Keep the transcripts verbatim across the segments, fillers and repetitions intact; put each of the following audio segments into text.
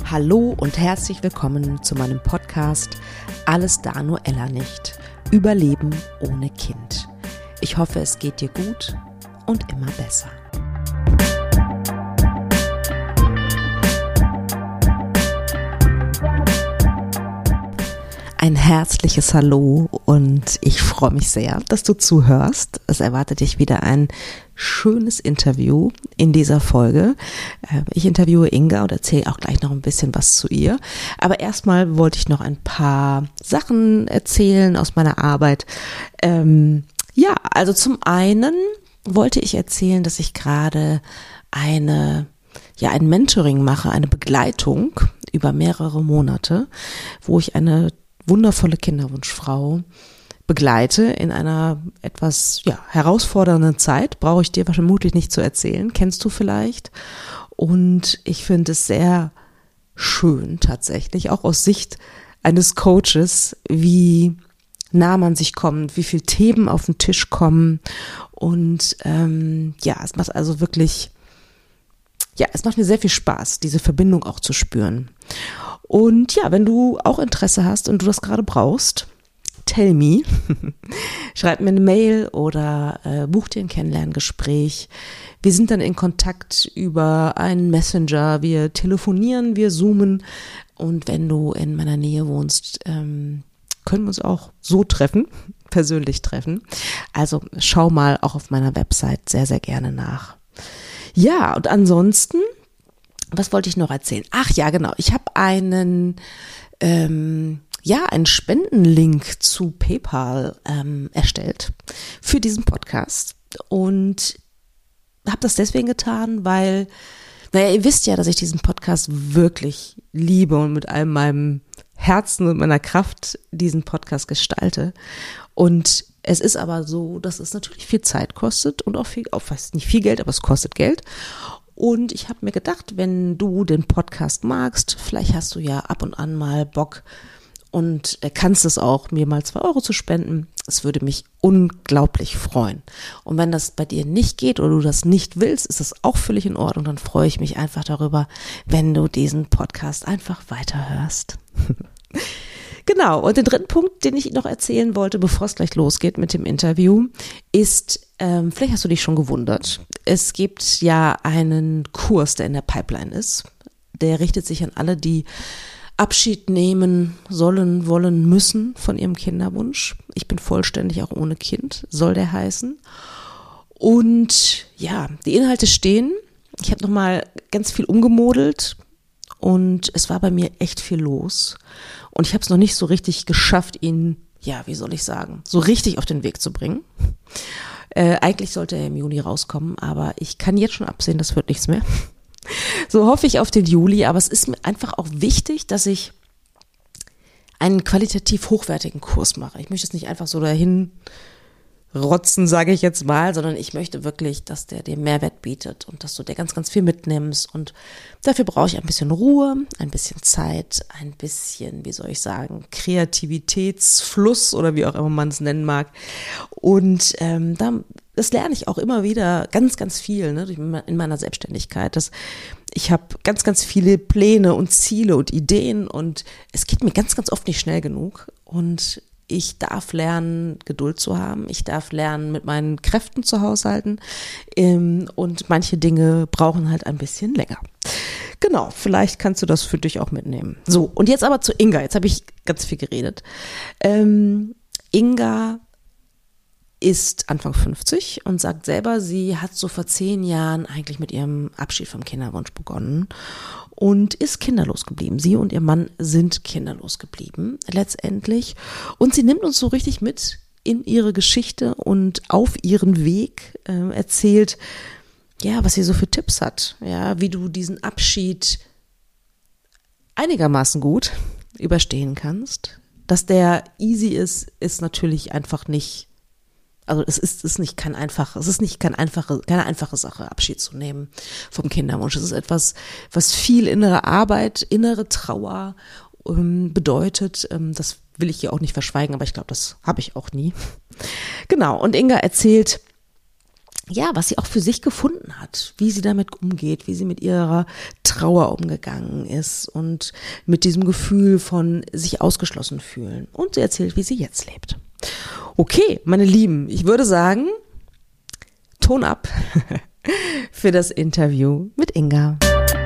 Hallo und herzlich willkommen zu meinem Podcast Alles da nur Ella nicht. Überleben ohne Kind. Ich hoffe, es geht dir gut und immer besser. Ein herzliches Hallo und ich freue mich sehr, dass du zuhörst. Es erwartet dich wieder ein schönes Interview in dieser Folge. Ich interviewe Inga und erzähle auch gleich noch ein bisschen was zu ihr. Aber erstmal wollte ich noch ein paar Sachen erzählen aus meiner Arbeit. Ähm, ja, also zum einen wollte ich erzählen, dass ich gerade eine ja ein Mentoring mache, eine Begleitung über mehrere Monate, wo ich eine wundervolle Kinderwunschfrau begleite in einer etwas ja, herausfordernden Zeit, brauche ich dir vermutlich nicht zu erzählen, kennst du vielleicht. Und ich finde es sehr schön tatsächlich, auch aus Sicht eines Coaches, wie nah man sich kommt, wie viele Themen auf den Tisch kommen. Und ähm, ja, es macht also wirklich, ja, es macht mir sehr viel Spaß, diese Verbindung auch zu spüren. Und ja, wenn du auch Interesse hast und du das gerade brauchst, tell me, schreib mir eine Mail oder äh, buch dir ein Kennenlerngespräch. Wir sind dann in Kontakt über einen Messenger, wir telefonieren, wir zoomen und wenn du in meiner Nähe wohnst, ähm, können wir uns auch so treffen, persönlich treffen. Also schau mal auch auf meiner Website sehr, sehr gerne nach. Ja, und ansonsten, was wollte ich noch erzählen? Ach ja, genau. Ich habe einen, ähm, ja, einen Spendenlink zu PayPal ähm, erstellt für diesen Podcast und habe das deswegen getan, weil, naja, ihr wisst ja, dass ich diesen Podcast wirklich liebe und mit all meinem Herzen und meiner Kraft diesen Podcast gestalte. Und es ist aber so, dass es natürlich viel Zeit kostet und auch viel, auch fast nicht viel Geld, aber es kostet Geld. Und ich habe mir gedacht, wenn du den Podcast magst, vielleicht hast du ja ab und an mal Bock und kannst es auch, mir mal zwei Euro zu spenden. Es würde mich unglaublich freuen. Und wenn das bei dir nicht geht oder du das nicht willst, ist das auch völlig in Ordnung. Dann freue ich mich einfach darüber, wenn du diesen Podcast einfach weiterhörst. Genau, und den dritten Punkt, den ich noch erzählen wollte, bevor es gleich losgeht mit dem Interview, ist, ähm, vielleicht hast du dich schon gewundert, es gibt ja einen Kurs, der in der Pipeline ist. Der richtet sich an alle, die Abschied nehmen sollen, wollen, müssen von ihrem Kinderwunsch. Ich bin vollständig auch ohne Kind, soll der heißen. Und ja, die Inhalte stehen. Ich habe nochmal ganz viel umgemodelt und es war bei mir echt viel los. Und ich habe es noch nicht so richtig geschafft, ihn, ja, wie soll ich sagen, so richtig auf den Weg zu bringen. Äh, eigentlich sollte er im Juni rauskommen, aber ich kann jetzt schon absehen, das wird nichts mehr. So hoffe ich auf den Juli, aber es ist mir einfach auch wichtig, dass ich einen qualitativ hochwertigen Kurs mache. Ich möchte es nicht einfach so dahin rotzen, sage ich jetzt mal, sondern ich möchte wirklich, dass der dir Mehrwert bietet und dass du dir ganz, ganz viel mitnimmst und dafür brauche ich ein bisschen Ruhe, ein bisschen Zeit, ein bisschen, wie soll ich sagen, Kreativitätsfluss oder wie auch immer man es nennen mag und ähm, da, das lerne ich auch immer wieder ganz, ganz viel, ne, in meiner Selbstständigkeit, dass ich habe ganz, ganz viele Pläne und Ziele und Ideen und es geht mir ganz, ganz oft nicht schnell genug und ich darf lernen, Geduld zu haben. Ich darf lernen, mit meinen Kräften zu haushalten. Ähm, und manche Dinge brauchen halt ein bisschen länger. Genau, vielleicht kannst du das für dich auch mitnehmen. So, und jetzt aber zu Inga. Jetzt habe ich ganz viel geredet. Ähm, Inga ist Anfang fünfzig und sagt selber, sie hat so vor zehn Jahren eigentlich mit ihrem Abschied vom Kinderwunsch begonnen und ist kinderlos geblieben. Sie und ihr Mann sind kinderlos geblieben, letztendlich. Und sie nimmt uns so richtig mit in ihre Geschichte und auf ihren Weg, äh, erzählt, ja, was sie so für Tipps hat, ja, wie du diesen Abschied einigermaßen gut überstehen kannst. Dass der easy ist, ist natürlich einfach nicht. Also es ist, es ist nicht kein einfach, es ist nicht kein einfache, keine einfache Sache, Abschied zu nehmen vom Kinderwunsch. Es ist etwas, was viel innere Arbeit, innere Trauer ähm, bedeutet. Ähm, das will ich hier auch nicht verschweigen, aber ich glaube, das habe ich auch nie. Genau. Und Inga erzählt, ja, was sie auch für sich gefunden hat, wie sie damit umgeht, wie sie mit ihrer Trauer umgegangen ist und mit diesem Gefühl von sich ausgeschlossen fühlen. Und sie erzählt, wie sie jetzt lebt. Okay, meine Lieben, ich würde sagen, Ton ab für das Interview mit Inga.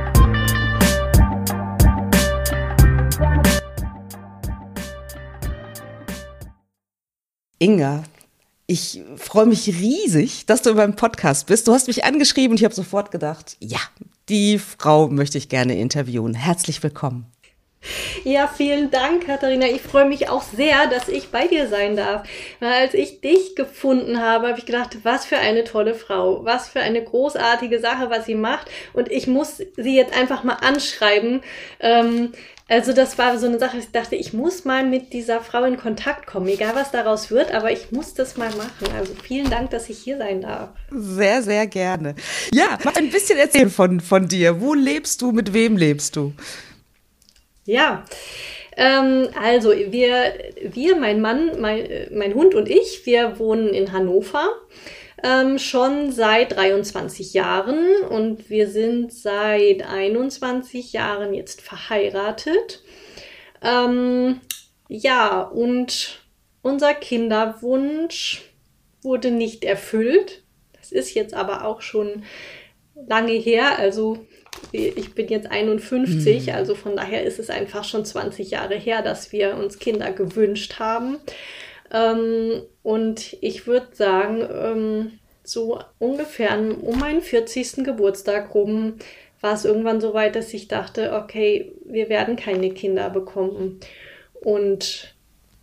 Inga, ich freue mich riesig, dass du in meinem Podcast bist. Du hast mich angeschrieben und ich habe sofort gedacht, ja, die Frau möchte ich gerne interviewen. Herzlich willkommen. Ja, vielen Dank, Katharina. Ich freue mich auch sehr, dass ich bei dir sein darf. Weil als ich dich gefunden habe, habe ich gedacht, was für eine tolle Frau, was für eine großartige Sache, was sie macht. Und ich muss sie jetzt einfach mal anschreiben. Ähm, also das war so eine Sache, ich dachte, ich muss mal mit dieser Frau in Kontakt kommen, egal was daraus wird, aber ich muss das mal machen. Also vielen Dank, dass ich hier sein darf. Sehr, sehr gerne. Ja, mach ein bisschen erzählen von, von dir. Wo lebst du, mit wem lebst du? Ja, ähm, also wir, wir, mein Mann, mein, mein Hund und ich, wir wohnen in Hannover. Ähm, schon seit dreiundzwanzig Jahren und wir sind seit einundzwanzig Jahren jetzt verheiratet. Ähm, ja, und unser Kinderwunsch wurde nicht erfüllt. Das ist jetzt aber auch schon lange her, also ich bin jetzt einundfünfzig, mhm. Also von daher ist es einfach schon zwanzig Jahre her, dass wir uns Kinder gewünscht haben. Ähm, und ich würde sagen, ähm, so ungefähr um meinen vierzigsten Geburtstag rum war es irgendwann so weit, dass ich dachte, okay, wir werden keine Kinder bekommen. Und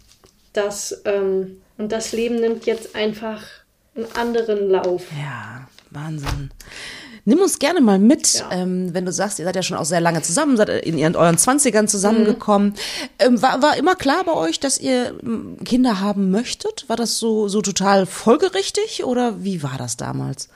das, ähm, und das Leben nimmt jetzt einfach einen anderen Lauf. Ja, Wahnsinn. Nimm uns gerne mal mit, Ja. ähm, wenn du sagst, ihr seid ja schon auch sehr lange zusammen, seid in ihren euren Zwanzigern zusammengekommen. Mhm. Ähm, war, war immer klar bei euch, dass ihr Kinder haben möchtet? War das so, so total folgerichtig oder wie war das damals?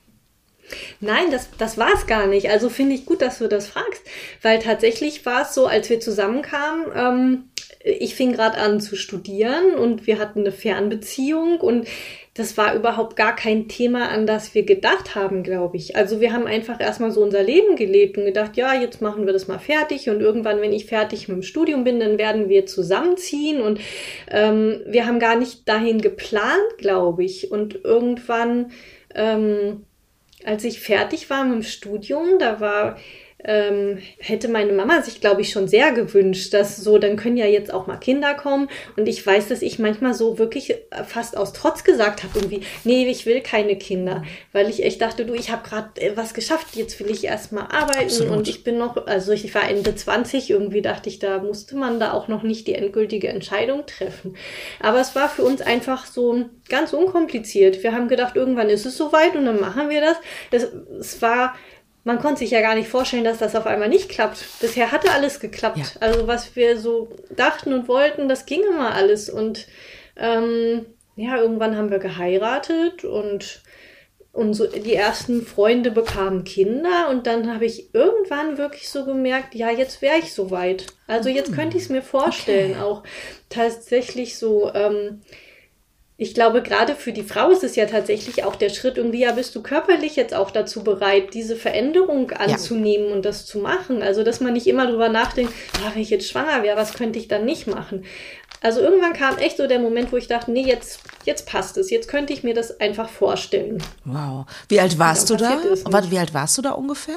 Nein, das, das war es gar nicht. Also finde ich gut, dass du das fragst, weil tatsächlich war es so, als wir zusammenkamen, ähm, ich fing gerade an zu studieren und wir hatten eine Fernbeziehung und das war überhaupt gar kein Thema, an das wir gedacht haben, glaube ich. Also wir haben einfach erstmal so unser Leben gelebt und gedacht, ja, jetzt machen wir das mal fertig und irgendwann, wenn ich fertig mit dem Studium bin, dann werden wir zusammenziehen und ähm, wir haben gar nicht dahin geplant, glaube ich. Und irgendwann, ähm, als ich fertig war mit dem Studium, da war ähm, hätte meine Mama sich, glaube ich, schon sehr gewünscht, dass so, dann können ja jetzt auch mal Kinder kommen. Und ich weiß, dass ich manchmal so wirklich fast aus Trotz gesagt habe, irgendwie, nee, ich will keine Kinder. Weil ich echt dachte, du, ich habe gerade was geschafft, jetzt will ich erst mal arbeiten. Absolut. Und ich bin noch, also ich war Ende zwanzig, irgendwie dachte ich, da musste man da auch noch nicht die endgültige Entscheidung treffen. Aber es war für uns einfach so ganz unkompliziert. Wir haben gedacht, irgendwann ist es soweit und dann machen wir das. Das es war Man konnte sich ja gar nicht vorstellen, dass das auf einmal nicht klappt. Bisher hatte alles geklappt. Ja. Also was wir so dachten und wollten, das ging immer alles. Und ähm, ja, irgendwann haben wir geheiratet und, und so die ersten Freunde bekamen Kinder. Und dann habe ich irgendwann wirklich so gemerkt, ja, jetzt wäre ich soweit. Also jetzt könnte ich es mir vorstellen. Okay. Auch tatsächlich so... Ähm, Ich glaube, gerade für die Frau ist es ja tatsächlich auch der Schritt irgendwie, ja, bist du körperlich jetzt auch dazu bereit, diese Veränderung anzunehmen ja. und das zu machen? Also, dass man nicht immer drüber nachdenkt, ah, wenn ich jetzt schwanger wäre, was könnte ich dann nicht machen? Also, irgendwann kam echt so der Moment, wo ich dachte, nee, jetzt, jetzt passt es. Jetzt könnte ich mir das einfach vorstellen. Wow. Wie alt warst du da? Warte, wie alt warst du da ungefähr?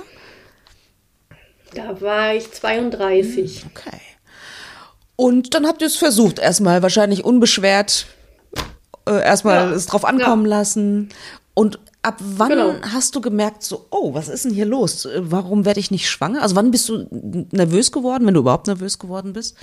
Da war ich zweiunddreißig. Okay. Und dann habt ihr es versucht, erstmal wahrscheinlich unbeschwert Äh, erstmal ja. es drauf ankommen ja. lassen. Und ab wann genau. hast du gemerkt, so, oh, was ist denn hier los? Warum werde ich nicht schwanger? Also wann bist du nervös geworden, wenn du überhaupt nervös geworden bist?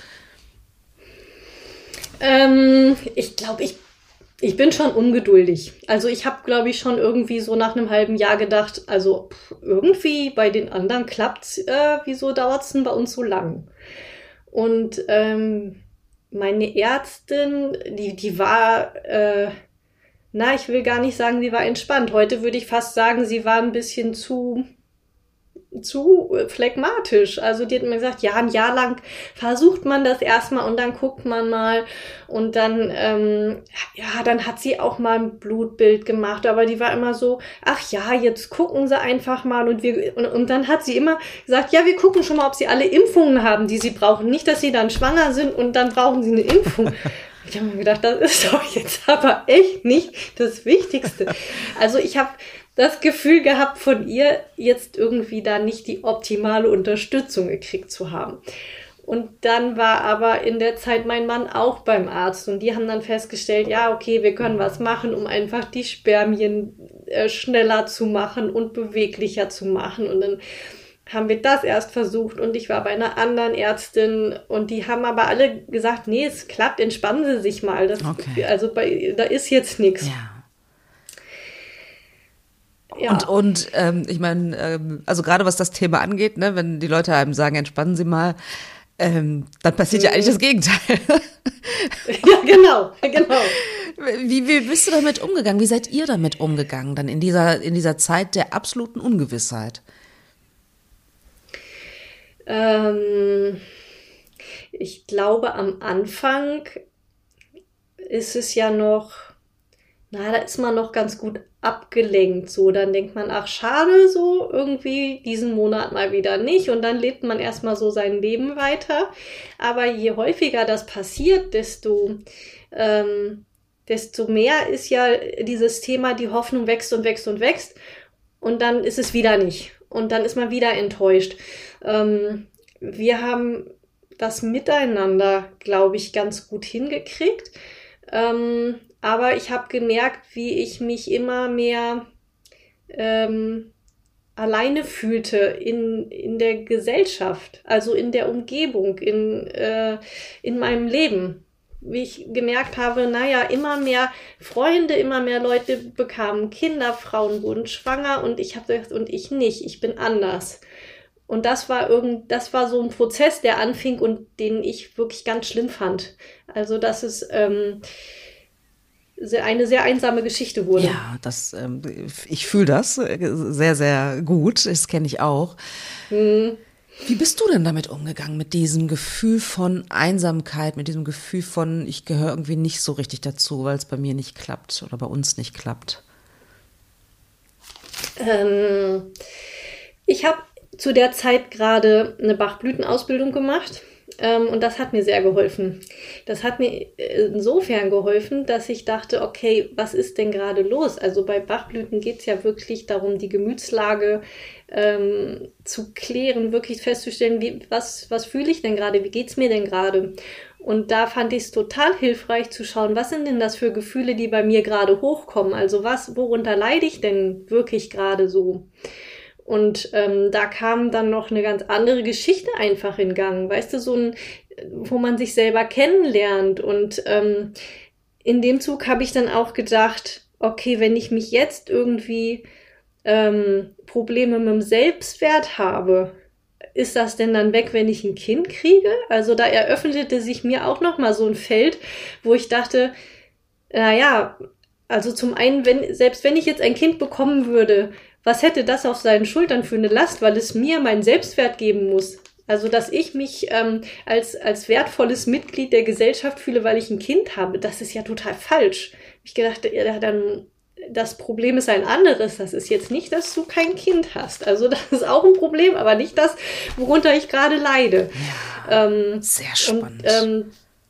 Ähm, ich glaube, ich, ich bin schon ungeduldig. Also ich habe, glaube ich, schon irgendwie so nach einem halben Jahr gedacht, also pff, irgendwie bei den anderen klappt's, äh, wieso dauert's denn bei uns so lang? Und ähm, meine Ärztin, die, die war, äh, na, ich will gar nicht sagen, sie war entspannt. Heute würde ich fast sagen, sie war ein bisschen zu, zu phlegmatisch. Also die hat mir gesagt, ja, ein Jahr lang versucht man das erstmal und dann guckt man mal und dann, ähm, ja, dann hat sie auch mal ein Blutbild gemacht, aber die war immer so, ach ja, jetzt gucken sie einfach mal und wir, und, und dann hat sie immer gesagt, ja, wir gucken schon mal, ob sie alle Impfungen haben, die sie brauchen. Nicht, dass sie dann schwanger sind und dann brauchen sie eine Impfung. Ich habe mir gedacht, das ist doch jetzt aber echt nicht das Wichtigste. Also ich habe das Gefühl gehabt, von ihr jetzt irgendwie da nicht die optimale Unterstützung gekriegt zu haben. Und dann war aber in der Zeit mein Mann auch beim Arzt und die haben dann festgestellt, ja, okay, wir können was machen, um einfach die Spermien äh, schneller zu machen und beweglicher zu machen. Und dann haben wir das erst versucht und ich war bei einer anderen Ärztin und die haben aber alle gesagt, nee, es klappt, entspannen Sie sich mal. Das, okay. Also bei, da ist jetzt nichts. Ja. Ja. Und, und ähm, ich meine, ähm, also gerade was das Thema angeht, ne, wenn die Leute einem sagen, entspannen Sie mal, ähm, dann passiert mhm. ja eigentlich das Gegenteil. Ja, genau, genau. Wie, wie bist du damit umgegangen? Wie seid ihr damit umgegangen, dann in dieser, in dieser Zeit der absoluten Ungewissheit? Ähm, ich glaube, am Anfang ist es ja noch, na, da ist man noch ganz gut abgelenkt, so, dann denkt man, ach, schade, so, irgendwie diesen Monat mal wieder nicht und dann lebt man erstmal so sein Leben weiter, aber je häufiger das passiert, desto, ähm, desto mehr ist ja dieses Thema, die Hoffnung wächst und wächst und wächst und dann ist es wieder nicht und dann ist man wieder enttäuscht. Ähm, wir haben das miteinander, glaube ich, ganz gut hingekriegt, ähm, aber ich habe gemerkt, wie ich mich immer mehr ähm, alleine fühlte in, in der Gesellschaft, also in der Umgebung, in, äh, in meinem Leben. Wie ich gemerkt habe, naja, immer mehr Freunde, immer mehr Leute bekamen Kinder, Frauen wurden schwanger und ich habe gesagt, und ich nicht, ich bin anders. Und das war irgend, das war so ein Prozess, der anfing und den ich wirklich ganz schlimm fand. Also, dass es ähm, eine sehr einsame Geschichte wurde. Ja, das, ähm, ich fühle das sehr, sehr gut. Das kenne ich auch. Hm. Wie bist du denn damit umgegangen, mit diesem Gefühl von Einsamkeit, mit diesem Gefühl von, ich gehöre irgendwie nicht so richtig dazu, weil es bei mir nicht klappt oder bei uns nicht klappt? Ähm, ich habe zu der Zeit gerade eine Bachblütenausbildung gemacht. Ähm, und das hat mir sehr geholfen. Das hat mir insofern geholfen, dass ich dachte, okay, was ist denn gerade los? Also bei Bachblüten geht es ja wirklich darum, die Gemütslage ähm, zu klären, wirklich festzustellen, wie, was, was fühle ich denn gerade, wie geht's mir denn gerade? Und da fand ich es total hilfreich zu schauen, was sind denn das für Gefühle, die bei mir gerade hochkommen? Also was, worunter leide ich denn wirklich gerade so? Und ähm, da kam dann noch eine ganz andere Geschichte einfach in Gang, weißt du, so ein, wo man sich selber kennenlernt. Und ähm, in dem Zug habe ich dann auch gedacht, okay, wenn ich mich jetzt irgendwie ähm, Probleme mit dem Selbstwert habe, ist das denn dann weg, wenn ich ein Kind kriege? Also da eröffnete sich mir auch noch mal so ein Feld, wo ich dachte, naja, also zum einen, wenn, selbst wenn ich jetzt ein Kind bekommen würde, was hätte das auf seinen Schultern für eine Last, weil es mir meinen Selbstwert geben muss? Also, dass ich mich ähm, als, als wertvolles Mitglied der Gesellschaft fühle, weil ich ein Kind habe, das ist ja total falsch. Ich gedacht, ja, dann, das Problem ist ein anderes. Das ist jetzt nicht, dass du kein Kind hast. Also, das ist auch ein Problem, aber nicht das, worunter ich gerade leide. Ja, ähm, sehr spannend. Und, ähm,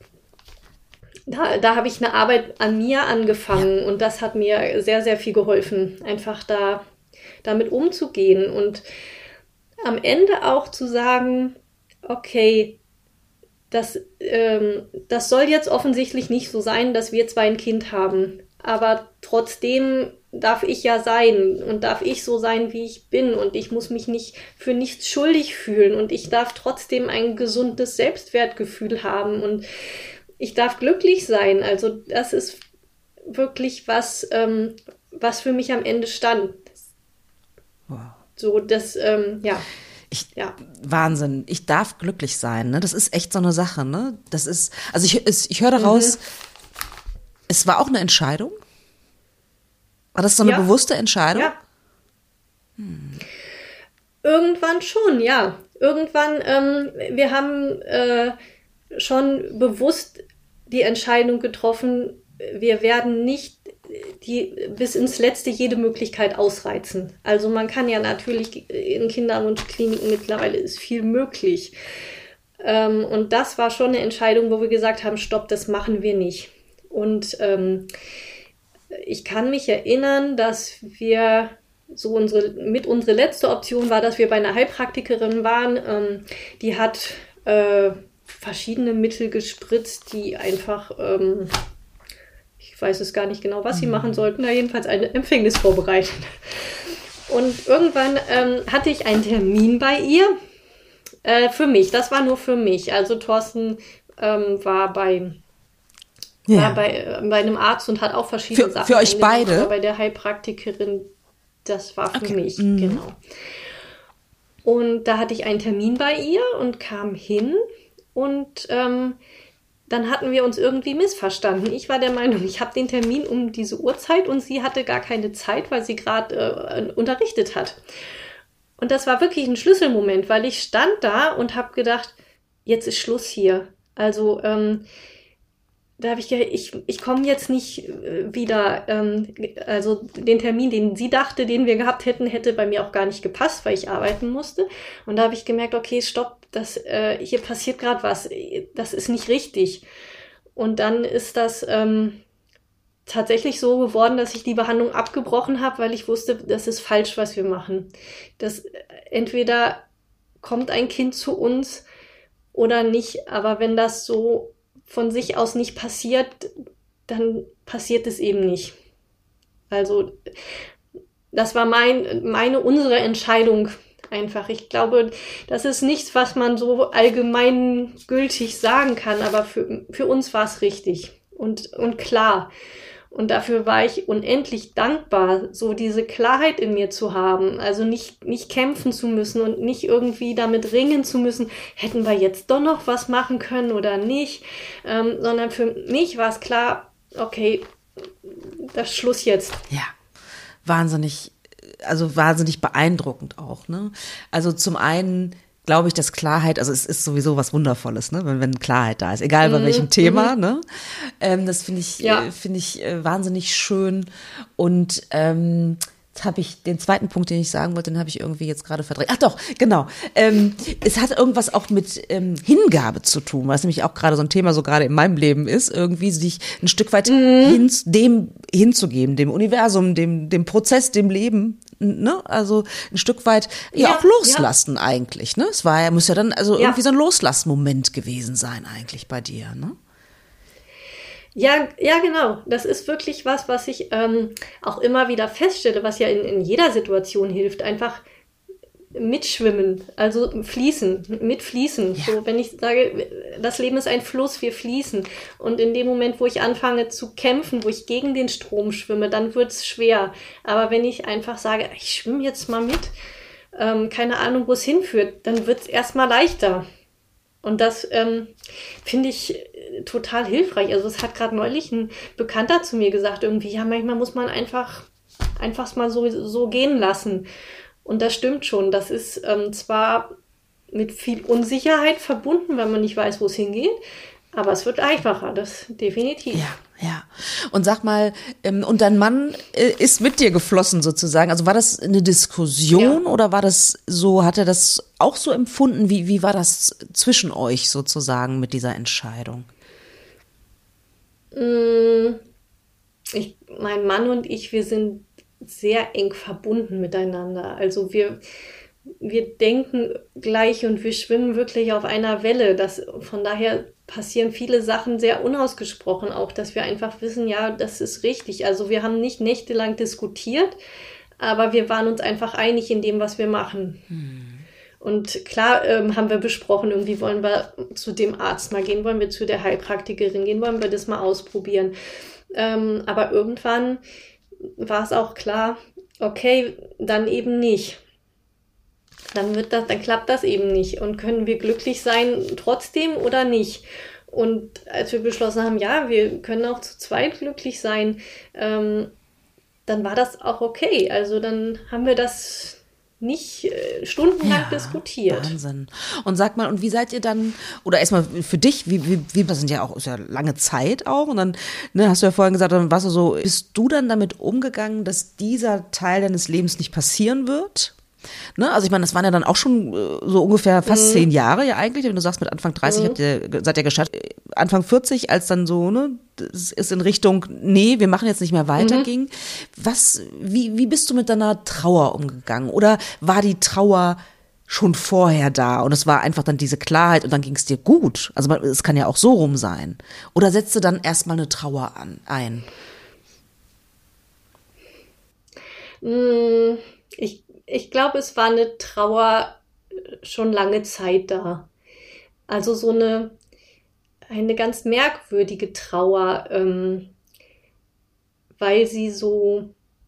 Da, da habe ich eine Arbeit an mir angefangen ja. Und das hat mir sehr, sehr viel geholfen, einfach da damit umzugehen und am Ende auch zu sagen, okay, das, ähm, das soll jetzt offensichtlich nicht so sein, dass wir zwei ein Kind haben, aber trotzdem darf ich ja sein und darf ich so sein, wie ich bin und ich muss mich nicht für nichts schuldig fühlen und ich darf trotzdem ein gesundes Selbstwertgefühl haben und ich darf glücklich sein. Also das ist wirklich was, ähm, was für mich am Ende stand. Wow. So, das, ähm, ja. Ich, ja. Wahnsinn. Ich darf glücklich sein, ne? Das ist echt so eine Sache, ne? Das ist, also ich, ich höre daraus, mhm. es war auch eine Entscheidung. War das so eine ja. bewusste Entscheidung? Ja. Hm. Irgendwann schon, ja. Irgendwann, ähm, wir haben äh, schon bewusst die Entscheidung getroffen, wir werden nicht die bis ins Letzte jede Möglichkeit ausreizen. Also man kann ja natürlich in Kinderwunschkliniken mittlerweile ist viel möglich. Ähm, und das war schon eine Entscheidung, wo wir gesagt haben, stopp, das machen wir nicht. Und ähm, ich kann mich erinnern, dass wir so unsere, mit unsere letzte Option war, dass wir bei einer Heilpraktikerin waren, ähm, die hat äh, verschiedene Mittel gespritzt, die einfach, ähm, ich weiß es gar nicht genau, was sie machen sollten, da jedenfalls eine Empfängnis vorbereitet. Und irgendwann ähm, hatte ich einen Termin bei ihr, äh, für mich, das war nur für mich. Also Thorsten ähm, war bei Ja. war bei, äh, bei einem Arzt und hat auch verschiedene für, Sachen. Für euch beide? Aber bei der Heilpraktikerin, das war für okay. mich, mhm. genau. Und da hatte ich einen Termin bei ihr und kam hin und ähm, dann hatten wir uns irgendwie missverstanden. Ich war der Meinung, ich habe den Termin um diese Uhrzeit und sie hatte gar keine Zeit, weil sie gerade äh, unterrichtet hat. Und das war wirklich ein Schlüsselmoment, weil ich stand da und habe gedacht, jetzt ist Schluss hier. Also ähm, da habe ich gedacht, ich, ich komme jetzt nicht wieder, ähm, also den Termin, den sie dachte, den wir gehabt hätten, hätte bei mir auch gar nicht gepasst, weil ich arbeiten musste. Und da habe ich gemerkt, okay, stopp, das, äh, hier passiert gerade was, das ist nicht richtig. Und dann ist das ähm, tatsächlich so geworden, dass ich die Behandlung abgebrochen habe, weil ich wusste, das ist falsch, was wir machen. Das entweder kommt ein Kind zu uns oder nicht, aber wenn das so von sich aus nicht passiert, dann passiert es eben nicht. Also das war mein, meine, unsere Entscheidung einfach. Ich glaube, das ist nichts, was man so allgemeingültig sagen kann, aber für, für uns war es richtig und, und klar. Und dafür war ich unendlich dankbar, so diese Klarheit in mir zu haben. Also nicht, nicht kämpfen zu müssen und nicht irgendwie damit ringen zu müssen, hätten wir jetzt doch noch was machen können oder nicht. Ähm, sondern für mich war es klar, okay, das ist Schluss jetzt. Ja, wahnsinnig, also wahnsinnig beeindruckend auch, ne? Also zum einen glaube ich, dass Klarheit, also es ist sowieso was Wundervolles, ne, wenn, wenn Klarheit da ist, egal bei welchem Thema, ne, ähm, das finde ich, ja. äh, finde ich äh, wahnsinnig schön und ähm, jetzt habe ich den zweiten Punkt, den ich sagen wollte, den habe ich irgendwie jetzt gerade verdrängt. Ach doch, genau, ähm, es hat irgendwas auch mit ähm, Hingabe zu tun, was nämlich auch gerade so ein Thema so gerade in meinem Leben ist, irgendwie sich ein Stück weit mhm. hin, dem hinzugeben, dem Universum, dem, dem Prozess, dem Leben, ne, also ein Stück weit ja, ja auch loslassen ja. eigentlich, ne, es war ja, muss ja dann also ja. irgendwie so ein Loslassmoment gewesen sein eigentlich bei dir, ne? Ja, ja, genau. Das ist wirklich was, was ich ähm, auch immer wieder feststelle, was ja in, in jeder Situation hilft. Einfach mitschwimmen, also fließen, mitfließen. Ja. So, wenn ich sage, das Leben ist ein Fluss, wir fließen. Und in dem Moment, wo ich anfange zu kämpfen, wo ich gegen den Strom schwimme, dann wird's schwer. Aber wenn ich einfach sage, ich schwimme jetzt mal mit, ähm, keine Ahnung, wo es hinführt, dann wird's erstmal leichter. Und das ähm, finde ich total hilfreich. Also es hat gerade neulich ein Bekannter zu mir gesagt, irgendwie, ja, manchmal muss man einfach einfach mal so, so gehen lassen. Und das stimmt schon. Das ist ähm, zwar mit viel Unsicherheit verbunden, weil man nicht weiß, wo es hingeht, aber es wird einfacher, das definitiv. Ja, ja. Und sag mal, ähm, und dein Mann äh, ist mit dir geflossen sozusagen. Also war das eine Diskussion ja. oder war das so, hat er das auch so empfunden? Wie, wie war das zwischen euch sozusagen mit dieser Entscheidung? Ich, mein Mann und ich, wir sind sehr eng verbunden miteinander. Also wir, wir denken gleich und wir schwimmen wirklich auf einer Welle. Das, von daher passieren viele Sachen sehr unausgesprochen auch, dass wir einfach wissen, ja, das ist richtig. Also wir haben nicht nächtelang diskutiert, aber wir waren uns einfach einig in dem, was wir machen. Hm. Und klar ähm, haben wir besprochen, irgendwie wollen wir zu dem Arzt mal gehen, wollen wir zu der Heilpraktikerin gehen, wollen wir das mal ausprobieren. Ähm, aber irgendwann war es auch klar, okay, dann eben nicht. Dann wird das, dann klappt das eben nicht. Und können wir glücklich sein trotzdem oder nicht? Und als wir beschlossen haben, ja, wir können auch zu zweit glücklich sein, ähm, dann war das auch okay. Also dann haben wir das nicht äh, stundenlang Ja, diskutiert. Wahnsinn. Und sag mal, und wie seid ihr dann, oder erstmal für dich, wie, wie, wie, das sind ja auch, ist ja lange Zeit auch, und dann, ne, hast du ja vorhin gesagt, dann warst du so, bist du dann damit umgegangen, dass dieser Teil deines Lebens nicht passieren wird? Ne? Also ich meine, das waren ja dann auch schon äh, so ungefähr fast mhm. zehn Jahre ja eigentlich, wenn du sagst, mit Anfang dreißig mhm. habt ihr, seid ihr gestartet, Anfang vierzig, als dann so, ne, es ist in Richtung, nee, wir machen jetzt nicht mehr weiter mhm. ging. Was, wie, wie bist du mit deiner Trauer umgegangen? Oder war die Trauer schon vorher da und es war einfach dann diese Klarheit und dann ging es dir gut? Also man, es kann ja auch so rum sein. Oder setzt du dann erstmal eine Trauer an, ein? Ich Ich glaube, es war eine Trauer schon lange Zeit da. Also so eine, eine ganz merkwürdige Trauer, ähm, weil sie so,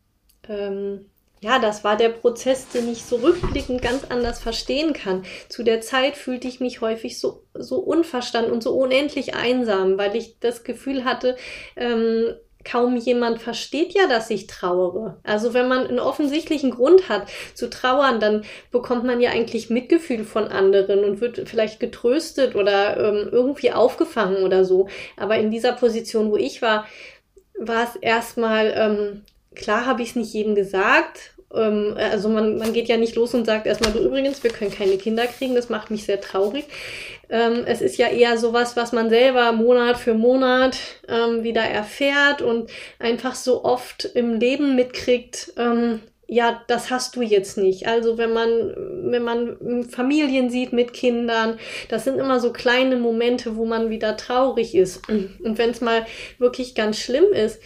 ähm, ja, das war der Prozess, den ich so rückblickend ganz anders verstehen kann. Zu der Zeit fühlte ich mich häufig so, so unverstanden und so unendlich einsam, weil ich das Gefühl hatte, ähm, kaum jemand versteht ja, dass ich trauere. Also wenn man einen offensichtlichen Grund hat zu trauern, dann bekommt man ja eigentlich Mitgefühl von anderen und wird vielleicht getröstet oder ähm, irgendwie aufgefangen oder so. Aber in dieser Position, wo ich war, war es erstmal, ähm, klar habe ich es nicht jedem gesagt. Ähm, also man, man geht ja nicht los und sagt erstmal, du übrigens, wir können keine Kinder kriegen, das macht mich sehr traurig. Ähm, es ist ja eher sowas, was man selber Monat für Monat ähm, wieder erfährt und einfach so oft im Leben mitkriegt, ähm, ja, das hast du jetzt nicht. Also wenn man, wenn man Familien sieht mit Kindern, das sind immer so kleine Momente, wo man wieder traurig ist. Und wenn es mal wirklich ganz schlimm ist,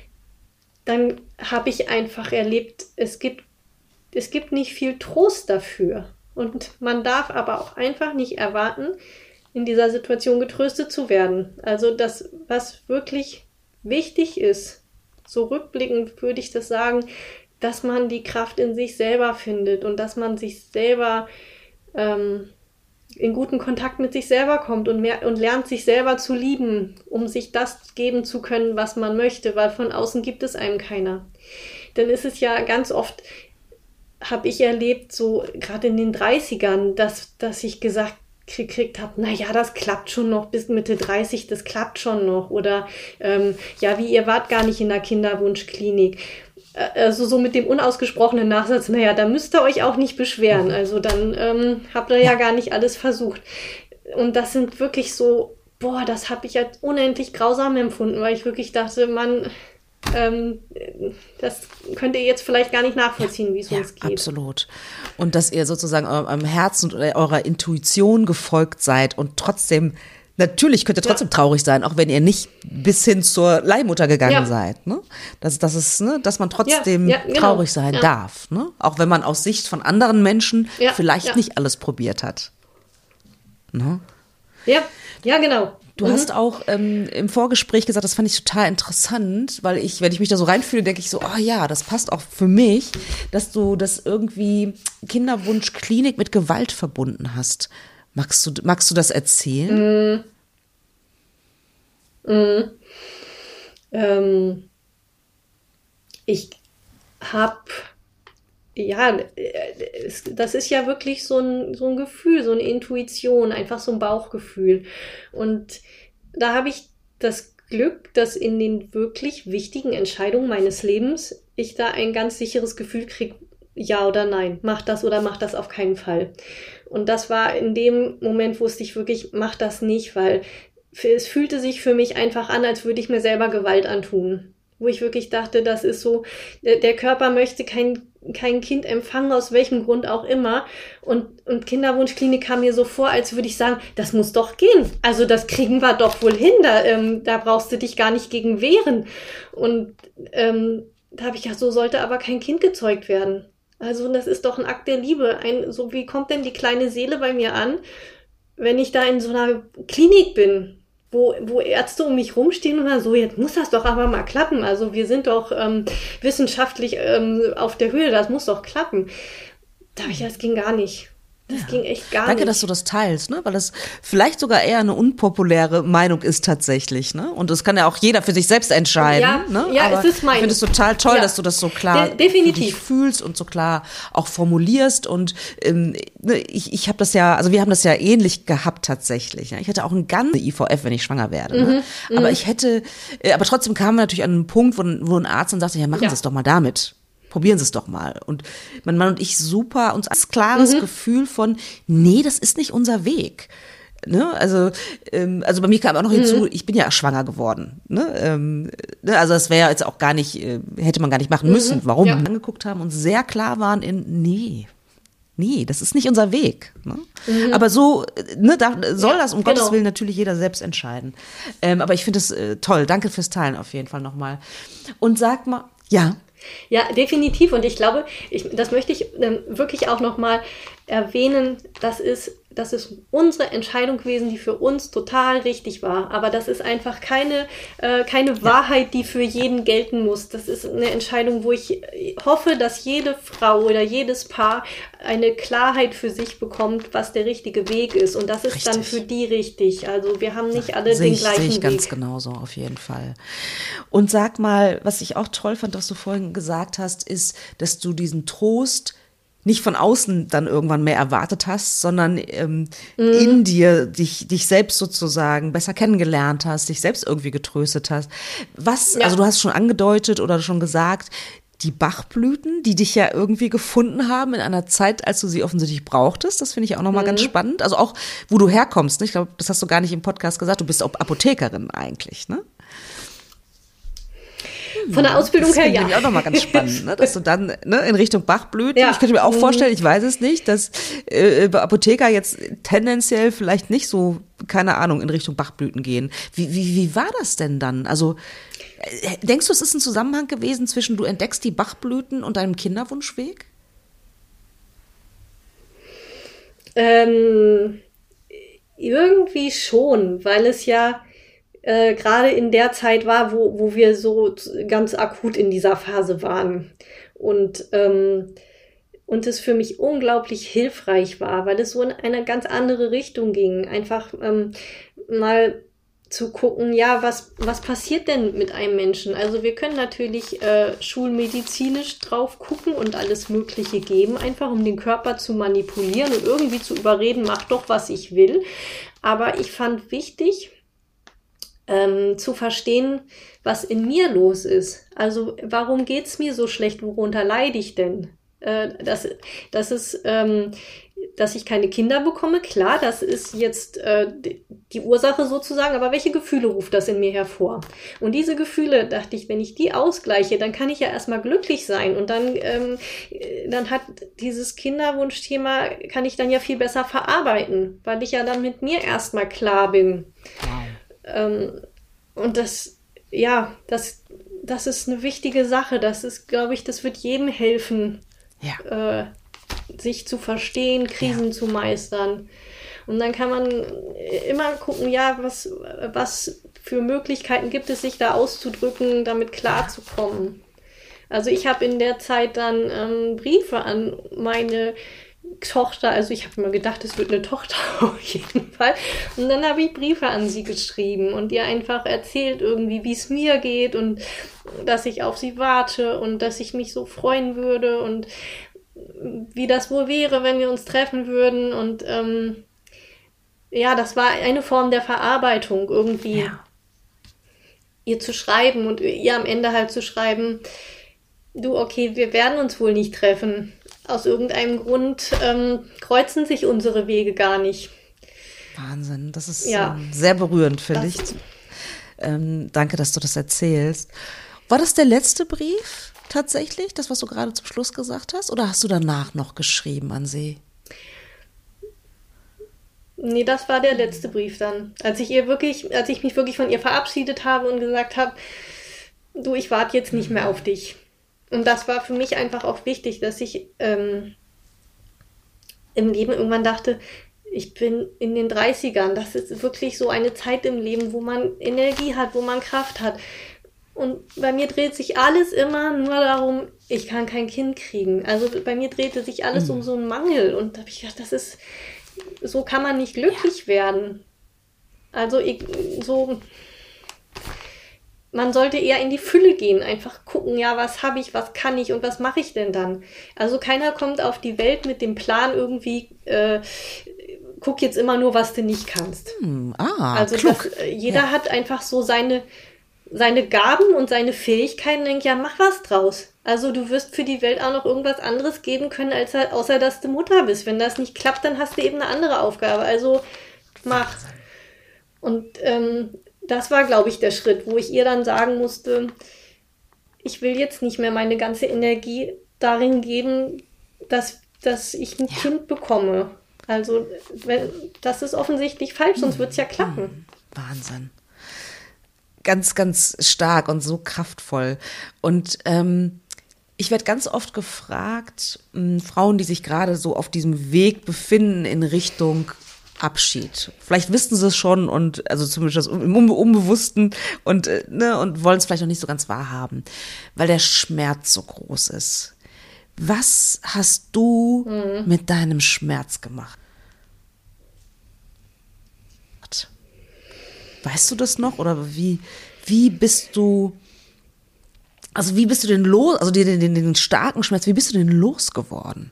dann habe ich einfach erlebt, es gibt, es gibt nicht viel Trost dafür. Und man darf aber auch einfach nicht erwarten, in dieser Situation getröstet zu werden. Also das, was wirklich wichtig ist, so rückblickend würde ich das sagen, dass man die Kraft in sich selber findet und dass man sich selber ähm, in guten Kontakt mit sich selber kommt und, mehr, und lernt, sich selber zu lieben, um sich das geben zu können, was man möchte, weil von außen gibt es einem keiner. Dann ist es ja ganz oft, habe ich erlebt, so gerade in den dreißigern, dass, dass ich gesagt gekriegt habe, naja, das klappt schon noch bis Mitte dreißig, das klappt schon noch. Oder ähm, ja, wie, ihr wart gar nicht in der Kinderwunschklinik. Also so mit dem unausgesprochenen Nachsatz, naja, da müsst ihr euch auch nicht beschweren. Also dann ähm, habt ihr ja gar nicht alles versucht. Und das sind wirklich so, boah, das habe ich als unendlich grausam empfunden, weil ich wirklich dachte, Mann, ähm, das könnt ihr jetzt vielleicht gar nicht nachvollziehen, wie es ja, uns geht. Absolut. Und dass ihr sozusagen eurem Herzen und eurer Intuition gefolgt seid und trotzdem, natürlich könnt ihr trotzdem ja. traurig sein, auch wenn ihr nicht bis hin zur Leihmutter gegangen ja. seid. Ne? Das, das ist, ne, dass man trotzdem ja, ja, genau. traurig sein ja. darf. Ne? Auch wenn man aus Sicht von anderen Menschen ja, vielleicht ja. nicht alles probiert hat. Ne? Ja, ja, genau. Du mhm. hast auch ähm, im Vorgespräch gesagt, das fand ich total interessant, weil ich, wenn ich mich da so reinfühle, denke ich so, oh ja, das passt auch für mich, dass du das irgendwie Kinderwunschklinik mit Gewalt verbunden hast. Magst du, magst du das erzählen? Mm. Mm. Ähm, ich habe, ja, das ist ja wirklich so ein, so ein Gefühl, so eine Intuition, einfach so ein Bauchgefühl. Und da habe ich das Glück, dass in den wirklich wichtigen Entscheidungen meines Lebens ich da ein ganz sicheres Gefühl kriege, ja oder nein, mach das oder mach das auf keinen Fall. Und das war in dem Moment, wusste ich wirklich, mach das nicht, weil es fühlte sich für mich einfach an, als würde ich mir selber Gewalt antun. Wo ich wirklich dachte, das ist so, der Körper möchte kein, kein Kind empfangen, aus welchem Grund auch immer. Und, und Kinderwunschklinik kam mir so vor, als würde ich sagen, das muss doch gehen. Also das kriegen wir doch wohl hin, da, ähm, da brauchst du dich gar nicht gegen wehren. Und ähm, da habe ich gedacht, so sollte aber kein Kind gezeugt werden. Also das ist doch ein Akt der Liebe. Ein, so wie kommt denn die kleine Seele bei mir an, wenn ich da in so einer Klinik bin, wo, wo Ärzte um mich rumstehen und so, jetzt muss das doch aber mal klappen. Also wir sind doch ähm, wissenschaftlich ähm, auf der Höhe, das muss doch klappen. Da habe ich, das ging gar nicht. Das ja. ging echt gar Danke, nicht. dass du das teilst, ne? Weil das vielleicht sogar eher eine unpopuläre Meinung ist tatsächlich, ne? Und das kann ja auch jeder für sich selbst entscheiden, ja, ne? Ja, Aber es ist mein. ich finde es total toll, ja. dass du das so klar De- definitiv. für dich fühlst und so klar auch formulierst. Und ähm, ne, ich, ich habe das ja, also wir haben das ja ähnlich gehabt tatsächlich. Ja? Ich hatte auch ein ganz I V F, wenn ich schwanger werde. Mhm, ne? Aber mhm. ich hätte, äh, aber trotzdem kamen wir natürlich an einen Punkt, wo, wo ein Arzt dann sagte, ja, machen Ja. Sie es doch mal damit. Probieren Sie es doch mal. Und mein Mann und ich super, uns als klares Mhm. Gefühl von, nee, das ist nicht unser Weg. Ne? Also, ähm, also bei mir kam auch noch hinzu, Mhm. ich bin ja schwanger geworden. Ne? Ähm, ne? Also das wäre jetzt auch gar nicht, äh, hätte man gar nicht machen müssen. Mhm. Warum? Ja. Wir angeguckt haben und sehr klar waren in, nee, nee, das ist nicht unser Weg. Ne? Mhm. Aber so, ne, da soll ja, das um genau. Gottes Willen natürlich jeder selbst entscheiden. Ähm, aber ich finde es äh, toll. Danke fürs Teilen auf jeden Fall nochmal. Und sag mal, ja. Ja, definitiv. Und ich glaube, ich, das möchte ich ähm, wirklich auch nochmal erwähnen, das ist, das ist unsere Entscheidung gewesen, die für uns total richtig war. Aber das ist einfach keine, äh, keine ja. Wahrheit, die für jeden gelten muss. Das ist eine Entscheidung, wo ich hoffe, dass jede Frau oder jedes Paar eine Klarheit für sich bekommt, was der richtige Weg ist. Und das ist richtig. Dann für die richtig. Also wir haben nicht alle Sehe den ich, gleichen sehe ich Weg. Ganz genauso, auf jeden Fall. Und sag mal, was ich auch toll fand, was du vorhin gesagt hast, ist, dass du diesen Trost nicht von außen dann irgendwann mehr erwartet hast, sondern ähm, mm. in dir dich, dich selbst sozusagen besser kennengelernt hast, dich selbst irgendwie getröstet hast. Was, ja. also du hast schon angedeutet oder schon gesagt, die Bachblüten, die dich ja irgendwie gefunden haben in einer Zeit, als du sie offensichtlich brauchtest, das finde ich auch nochmal mm. ganz spannend. Also auch, wo du herkommst, ne? Ich glaube, das hast du gar nicht im Podcast gesagt, du bist auch Apothekerin eigentlich, ne? Von der Ausbildung das her, ja. Das finde ich auch nochmal ganz spannend, ne? Dass du dann ne, in Richtung Bachblüten, ja. ich könnte mir auch vorstellen, ich weiß es nicht, dass äh, Apotheker jetzt tendenziell vielleicht nicht so, keine Ahnung, in Richtung Bachblüten gehen. Wie, wie, wie war das denn dann? Also äh, denkst du, es ist ein Zusammenhang gewesen zwischen du entdeckst die Bachblüten und deinem Kinderwunschweg? Ähm, irgendwie schon, weil es ja Äh, gerade in der Zeit war, wo, wo wir so ganz akut in dieser Phase waren. Und, ähm, und es für mich unglaublich hilfreich war, weil es so in eine ganz andere Richtung ging. Einfach ähm, mal zu gucken, ja, was, was passiert denn mit einem Menschen? Also wir können natürlich äh, schulmedizinisch drauf gucken und alles Mögliche geben, einfach um den Körper zu manipulieren und irgendwie zu überreden, mach doch, was ich will. Aber ich fand wichtig, Ähm, zu verstehen, was in mir los ist. Also warum geht's mir so schlecht? Worunter leide ich denn? Äh, das, das ist, ähm, dass ich keine Kinder bekomme, klar, das ist jetzt äh, die Ursache sozusagen, aber welche Gefühle ruft das in mir hervor? Und diese Gefühle, dachte ich, wenn ich die ausgleiche, dann kann ich ja erstmal glücklich sein und dann, ähm, dann hat dieses Kinderwunschthema, kann ich dann ja viel besser verarbeiten, weil ich ja dann mit mir erstmal klar bin. Wow. Ähm, und das, ja, das, das ist eine wichtige Sache. Das ist, glaube ich, das wird jedem helfen, ja. äh, sich zu verstehen, Krisen ja. zu meistern. Und dann kann man immer gucken, ja, was, was für Möglichkeiten gibt es, sich da auszudrücken, damit klarzukommen. Also ich habe in der Zeit dann ähm, Briefe an meine Tochter, also ich habe immer gedacht, es wird eine Tochter auf jeden Fall. Und dann habe ich Briefe an sie geschrieben und ihr einfach erzählt irgendwie, wie es mir geht und dass ich auf sie warte und dass ich mich so freuen würde und wie das wohl wäre, wenn wir uns treffen würden. Und ähm, ja, das war eine Form der Verarbeitung, irgendwie ja. ihr zu schreiben und ihr am Ende halt zu schreiben, du, okay, wir werden uns wohl nicht treffen. Aus irgendeinem Grund ähm, kreuzen sich unsere Wege gar nicht. Wahnsinn, das ist ja. ähm, sehr berührend, finde ich. Ähm, danke, dass du das erzählst. War das der letzte Brief tatsächlich, das, was du gerade zum Schluss gesagt hast? Oder hast du danach noch geschrieben an sie? Nee, das war der letzte Brief dann. Als ich ihr wirklich, als ich mich wirklich von ihr verabschiedet habe und gesagt habe, du, ich warte jetzt nicht mehr auf dich. Und das war für mich einfach auch wichtig, dass ich ähm, im Leben irgendwann dachte, ich bin in den dreißigern. Das ist wirklich so eine Zeit im Leben, wo man Energie hat, wo man Kraft hat. Und bei mir dreht sich alles immer nur darum, ich kann kein Kind kriegen. Also bei mir drehte sich alles mhm. um so einen Mangel. Und da habe ich gedacht, das ist, so kann man nicht glücklich ja. werden. Also ich, so, man sollte eher in die Fülle gehen, einfach gucken, ja, was habe ich, was kann ich und was mache ich denn dann? Also keiner kommt auf die Welt mit dem Plan irgendwie, äh, guck jetzt immer nur, was du nicht kannst. Hm, ah, also das, jeder ja. hat einfach so seine, seine Gaben und seine Fähigkeiten und denkt, ja, mach was draus. Also du wirst für die Welt auch noch irgendwas anderes geben können, als außer dass du Mutter bist. Wenn das nicht klappt, dann hast du eben eine andere Aufgabe. Also mach. Und ähm, das war, glaube ich, der Schritt, wo ich ihr dann sagen musste, ich will jetzt nicht mehr meine ganze Energie darin geben, dass, dass ich ein ja. Kind bekomme. Also wenn, das ist offensichtlich falsch, sonst wird es ja klappen. Wahnsinn. Ganz, ganz stark und so kraftvoll. Und ähm, ich werde ganz oft gefragt, mh, Frauen, die sich gerade so auf diesem Weg befinden in Richtung Abschied. Vielleicht wissen sie es schon und also zumindest im Unbe- Unbewussten und, äh, ne, und wollen es vielleicht noch nicht so ganz wahrhaben, weil der Schmerz so groß ist. Was hast du mhm. mit deinem Schmerz gemacht? Weißt du das noch? Oder wie, wie bist du, also wie bist du denn los, also den, den, den starken Schmerz, wie bist du denn losgeworden?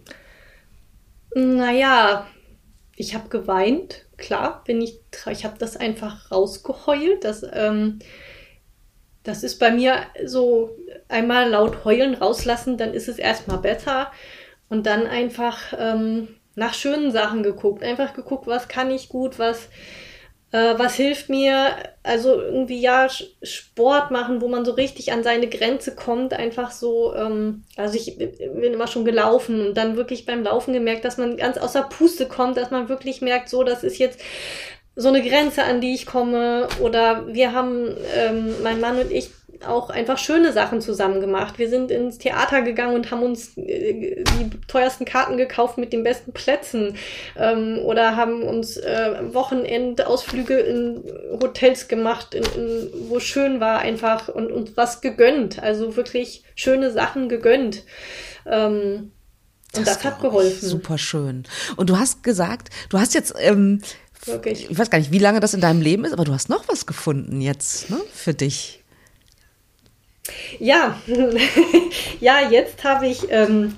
Naja, ich habe geweint, klar, bin ich, ich habe das einfach rausgeheult. Das, ähm, das ist bei mir so, einmal laut heulen, rauslassen, dann ist es erstmal besser. Und dann einfach ähm, nach schönen Sachen geguckt. Einfach geguckt, was kann ich gut, was, äh, was hilft mir. Also irgendwie ja, Sport machen, wo man so richtig an seine Grenze kommt. Einfach so, ähm, also ich bin immer schon gelaufen und dann wirklich beim Laufen gemerkt, dass man ganz außer Puste kommt, dass man wirklich merkt, so, das ist jetzt so eine Grenze, an die ich komme. Oder wir haben, ähm, mein Mann und ich, auch einfach schöne Sachen zusammen gemacht. Wir sind ins Theater gegangen und haben uns äh, die teuersten Karten gekauft mit den besten Plätzen ähm, oder haben uns äh, Wochenendausflüge in Hotels gemacht, in, in, wo schön war einfach und uns was gegönnt. Also wirklich schöne Sachen gegönnt. Ähm, und das, das hat geholfen. Super schön. Und du hast gesagt, du hast jetzt ähm, wirklich, ich weiß gar nicht, wie lange das in deinem Leben ist, aber du hast noch was gefunden jetzt, ne, für dich. Ja, ja, jetzt habe ich, ähm,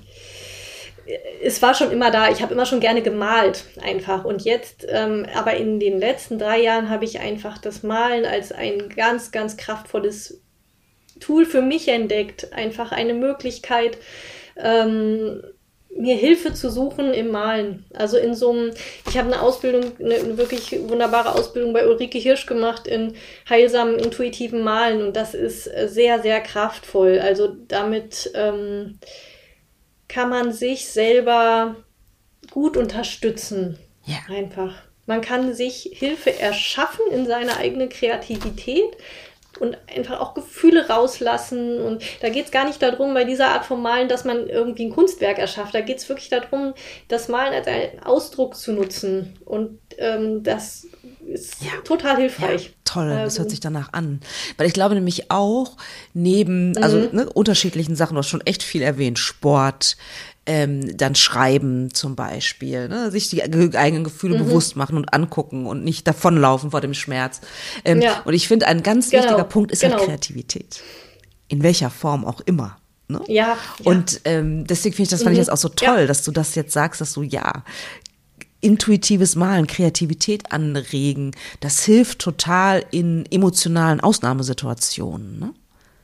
es war schon immer da, ich habe immer schon gerne gemalt einfach und jetzt, ähm, aber in den letzten drei Jahren habe ich einfach das Malen als ein ganz, ganz kraftvolles Tool für mich entdeckt, einfach eine Möglichkeit, ähm, mir Hilfe zu suchen im Malen. Also in so einem, ich habe eine Ausbildung, eine, eine wirklich wunderbare Ausbildung bei Ulrike Hirsch gemacht in heilsamen, intuitiven Malen und das ist sehr, sehr kraftvoll. Also damit ähm, kann man sich selber gut unterstützen. Ja. Einfach. Man kann sich Hilfe erschaffen in seiner eigenen Kreativität und einfach auch Gefühle rauslassen. Und da geht es gar nicht darum, bei dieser Art von Malen, dass man irgendwie ein Kunstwerk erschafft. Da geht es wirklich darum, das Malen als einen Ausdruck zu nutzen. Und ähm, das ist ja total hilfreich. Ja, toll, also, das hört sich danach an. Weil ich glaube nämlich auch, neben also mhm. ne, unterschiedlichen Sachen, du hast schon echt viel erwähnt, Sport, Ähm, dann Schreiben zum Beispiel, ne? Sich die eigenen Gefühle mhm. bewusst machen und angucken und nicht davonlaufen vor dem Schmerz. Ähm, ja. Und ich finde, ein ganz genau. wichtiger Punkt ist genau. halt Kreativität. In welcher Form auch immer. Ne? Ja, ja. Und ähm, deswegen finde ich, das fand mhm. ich jetzt auch so toll, ja. dass du das jetzt sagst, dass du ja intuitives Malen, Kreativität anregen, das hilft total in emotionalen Ausnahmesituationen, ne?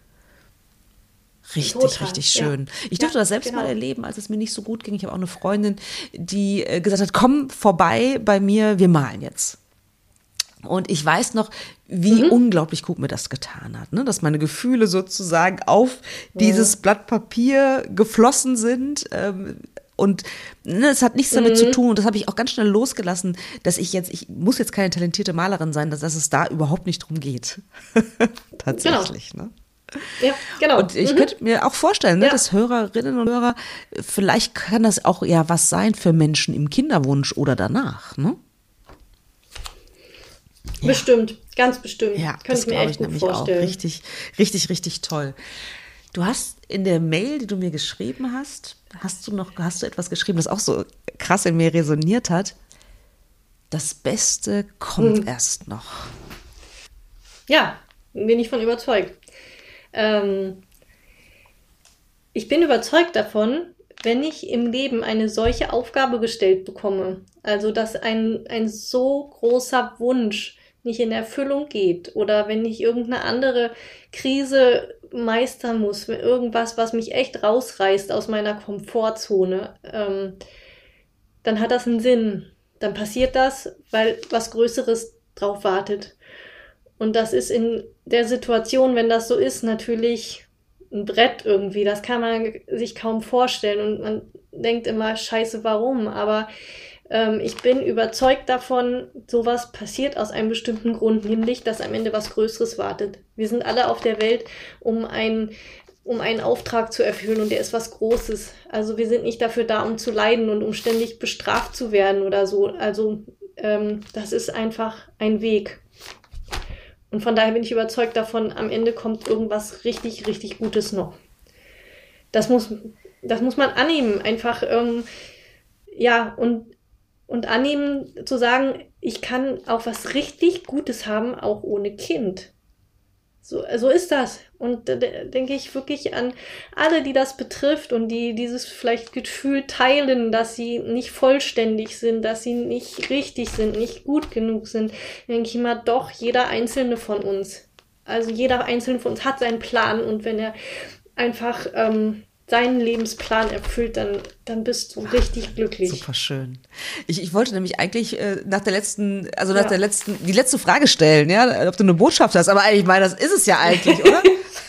Richtig, Total, richtig schön. Ja. Ich durfte ja, das selbst genau. mal erleben, als es mir nicht so gut ging. Ich habe auch eine Freundin, die äh, gesagt hat, komm vorbei bei mir, wir malen jetzt. Und ich weiß noch, wie mhm. unglaublich gut mir das getan hat, ne? Dass meine Gefühle sozusagen auf ja. dieses Blatt Papier geflossen sind. Ähm, und ne, es hat nichts damit mhm. zu tun, und das habe ich auch ganz schnell losgelassen, dass ich jetzt, ich muss jetzt keine talentierte Malerin sein, dass, dass es da überhaupt nicht drum geht. Tatsächlich, genau. ne? Ja, genau. Und ich mhm. könnte mir auch vorstellen, ne, ja. dass Hörerinnen und Hörer, vielleicht kann das auch ja was sein für Menschen im Kinderwunsch oder danach, ne? Bestimmt, ja. ganz bestimmt. Ja, könnte ich mir echt gut vorstellen. Auch richtig, richtig, richtig toll. Du hast in der Mail, die du mir geschrieben hast, hast du noch, hast du etwas geschrieben, das auch so krass in mir resoniert hat. Das Beste kommt hm. erst noch. Ja, bin ich von überzeugt. Ähm, ich bin überzeugt davon, wenn ich im Leben eine solche Aufgabe gestellt bekomme, also dass ein, ein so großer Wunsch nicht in Erfüllung geht oder wenn ich irgendeine andere Krise meistern muss, irgendwas, was mich echt rausreißt aus meiner Komfortzone, ähm, dann hat das einen Sinn. Dann passiert das, weil was Größeres drauf wartet. Und das ist in der Situation, wenn das so ist, natürlich ein Brett irgendwie. Das kann man sich kaum vorstellen und man denkt immer, scheiße, warum? Aber ähm, ich bin überzeugt davon, sowas passiert aus einem bestimmten Grund, nämlich, dass am Ende was Größeres wartet. Wir sind alle auf der Welt, um ein um einen Auftrag zu erfüllen und der ist was Großes. Also wir sind nicht dafür da, um zu leiden und um ständig bestraft zu werden oder so. Also ähm, das ist einfach ein Weg. Und von daher bin ich überzeugt davon, am Ende kommt irgendwas richtig, richtig Gutes noch. Das muss, das muss man annehmen, einfach, ähm, ja, und, und annehmen, zu sagen, ich kann auch was richtig Gutes haben, auch ohne Kind. So, so ist das. Und da denke ich wirklich an alle, die das betrifft und die dieses vielleicht Gefühl teilen, dass sie nicht vollständig sind, dass sie nicht richtig sind, nicht gut genug sind. Da denke ich immer, doch, jeder Einzelne von uns. Also jeder Einzelne von uns hat seinen Plan und wenn er einfach ähm, seinen Lebensplan erfüllt, dann, dann bist du richtig glücklich. Super schön. Ich, ich wollte nämlich eigentlich äh, nach der letzten, also nach ja. der letzten, die letzte Frage stellen, ja, ob du eine Botschaft hast, aber eigentlich, ich meine, das ist es ja eigentlich, oder?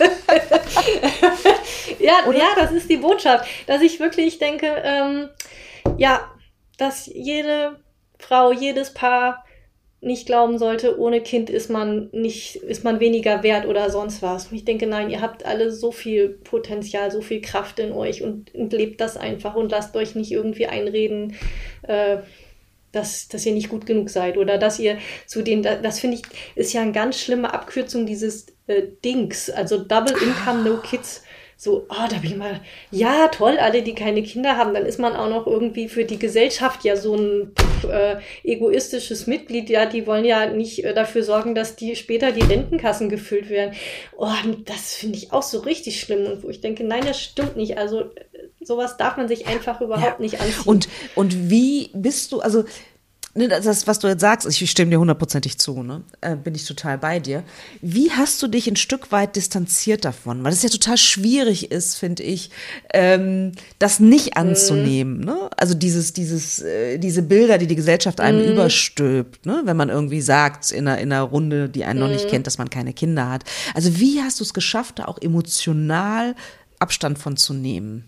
ja, oder? Ja, das ist die Botschaft, dass ich wirklich denke, ähm, ja, dass jede Frau, jedes Paar nicht glauben sollte, ohne Kind ist man nicht, ist man weniger wert oder sonst was. Und ich denke, nein, ihr habt alle so viel Potenzial, so viel Kraft in euch und, und lebt das einfach und lasst euch nicht irgendwie einreden, äh, dass, dass ihr nicht gut genug seid oder dass ihr zu den, das finde ich, ist ja eine ganz schlimme Abkürzung dieses äh, Dings, also Double Income, No Kids. So, oh, da bin ich mal, ja, toll, alle, die keine Kinder haben, dann ist man auch noch irgendwie für die Gesellschaft ja so ein äh, egoistisches Mitglied, ja, die wollen ja nicht äh, dafür sorgen, dass die später die Rentenkassen gefüllt werden. Oh, das finde ich auch so richtig schlimm und wo ich denke, nein, das stimmt nicht, also sowas darf man sich einfach überhaupt ja. nicht anziehen. Und, und wie bist du, also ne, das, was du jetzt sagst, ich stimme dir hundertprozentig zu, ne? Äh, bin ich total bei dir. Wie hast du dich ein Stück weit distanziert davon? Weil es ja total schwierig ist, finde ich, ähm, das nicht anzunehmen. Mm. Ne? Also dieses, dieses, äh, diese Bilder, die die Gesellschaft einem mm. überstülpt, ne? Wenn man irgendwie sagt in einer, in einer Runde, die einen mm. noch nicht kennt, dass man keine Kinder hat. Also wie hast du es geschafft, da auch emotional Abstand von zu nehmen?